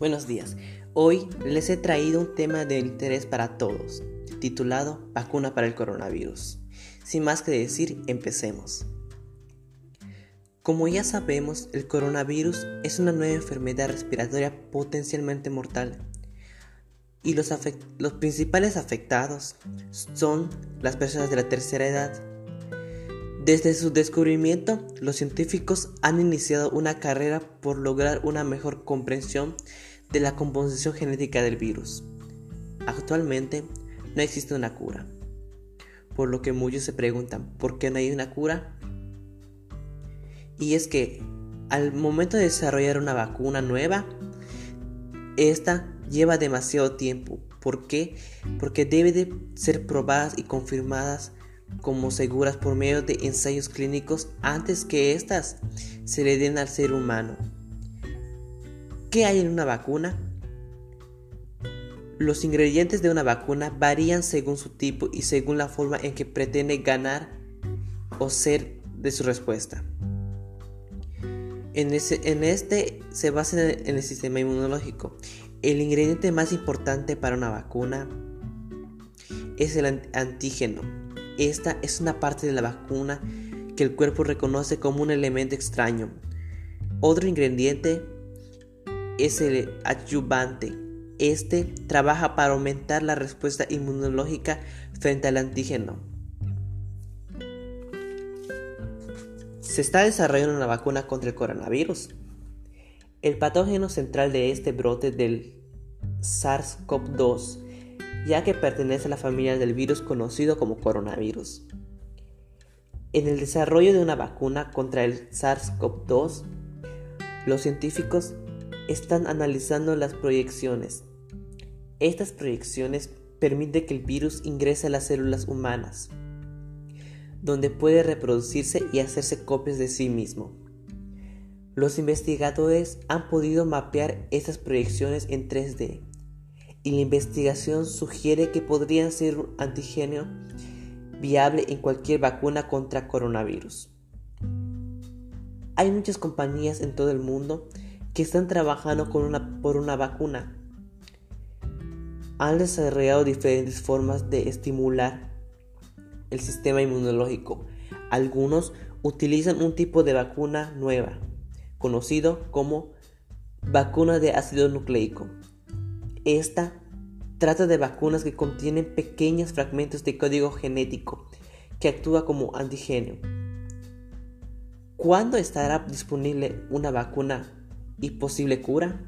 Buenos días. Hoy les he traído un tema de interés para todos, titulado Vacuna para el coronavirus. Sin más que decir, empecemos. Como ya sabemos, el coronavirus es una nueva enfermedad respiratoria potencialmente mortal. Y los principales afectados son las personas de la tercera edad. Desde su descubrimiento, los científicos han iniciado una carrera por lograr una mejor comprensión de la composición genética del virus. Actualmente no existe una cura, por lo que muchos se preguntan ¿por qué no hay una cura? Y es que al momento de desarrollar una vacuna nueva, esta lleva demasiado tiempo. ¿Por qué? Porque debe de ser probadas y confirmadas como seguras por medio de ensayos clínicos antes que éstas se le den al ser humano. ¿Qué hay en una vacuna? Los ingredientes de una vacuna varían según su tipo y según la forma en que pretende ganar o ser de su respuesta. En este se basa en el sistema inmunológico. El ingrediente más importante para una vacuna es el antígeno. Esta es una parte de la vacuna que el cuerpo reconoce como un elemento extraño. Otro ingrediente es el adyuvante. Este trabaja para aumentar la respuesta inmunológica frente al antígeno. Se está desarrollando una vacuna contra el coronavirus. El patógeno central de este brote del SARS-CoV-2, ya que pertenece a la familia del virus conocido como coronavirus. En el desarrollo de una vacuna contra el SARS-CoV-2, los científicos están analizando las proyecciones. Estas proyecciones permiten que el virus ingrese a las células humanas, donde puede reproducirse y hacerse copias de sí mismo. Los investigadores han podido mapear estas proyecciones en 3D y la investigación sugiere que podrían ser un antígeno viable en cualquier vacuna contra coronavirus. Hay muchas compañías en todo el mundo que están trabajando por una vacuna. Han desarrollado diferentes formas de estimular el sistema inmunológico. Algunos utilizan un tipo de vacuna nueva, conocido como vacuna de ácido nucleico. Esta trata de vacunas que contienen pequeños fragmentos de código genético que actúa como antígeno. ¿Cuándo estará disponible una vacuna y posible cura?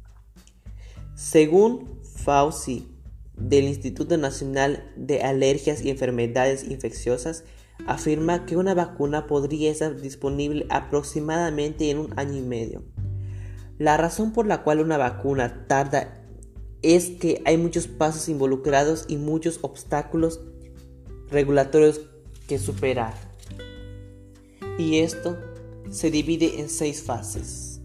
Según Fauci, del Instituto Nacional de Alergias y Enfermedades Infecciosas, afirma que una vacuna podría estar disponible aproximadamente en 1 año y medio. La razón por la cual una vacuna tarda es que hay muchos pasos involucrados y muchos obstáculos regulatorios que superar. Y esto se divide en 6 fases.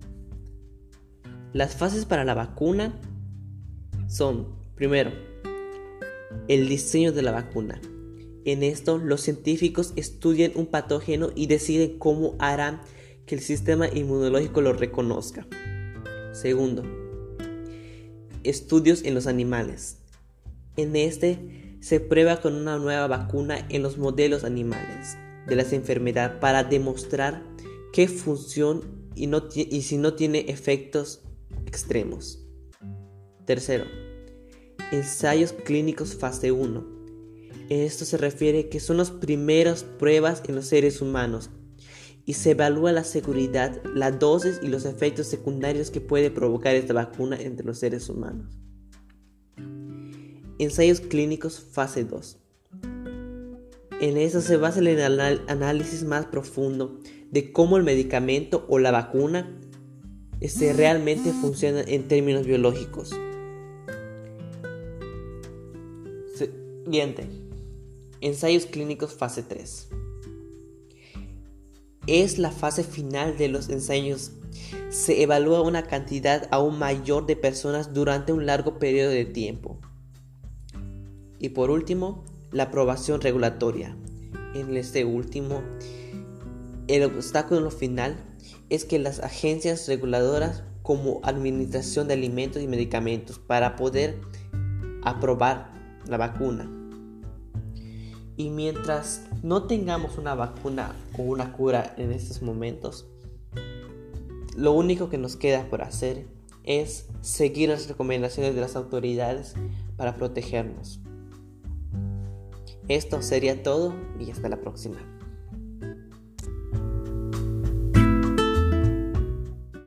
Las fases para la vacuna son, primero, el diseño de la vacuna. En esto, los científicos estudian un patógeno y deciden cómo harán que el sistema inmunológico lo reconozca. Segundo, estudios en los animales. En este se prueba con una nueva vacuna en los modelos animales de las enfermedades para demostrar qué funciona y si no tiene efectos extremos. Tercero, ensayos clínicos fase 1. Esto se refiere que son las primeras pruebas en los seres humanos y se evalúa la seguridad, la dosis y los efectos secundarios que puede provocar esta vacuna entre los seres humanos. Ensayos clínicos fase 2. En esto se basa en el análisis más profundo de cómo el medicamento o la vacuna realmente funciona en términos biológicos. Siguiente. Ensayos clínicos fase 3. Es la fase final de los ensayos. Se evalúa una cantidad aún mayor de personas durante un largo periodo de tiempo. Y por último, la aprobación regulatoria. En este último, el obstáculo final es que las agencias reguladoras como administración de alimentos y medicamentos para poder aprobar la vacuna. Y mientras no tengamos una vacuna o una cura en estos momentos, lo único que nos queda por hacer es seguir las recomendaciones de las autoridades para protegernos. Esto sería todo y hasta la próxima.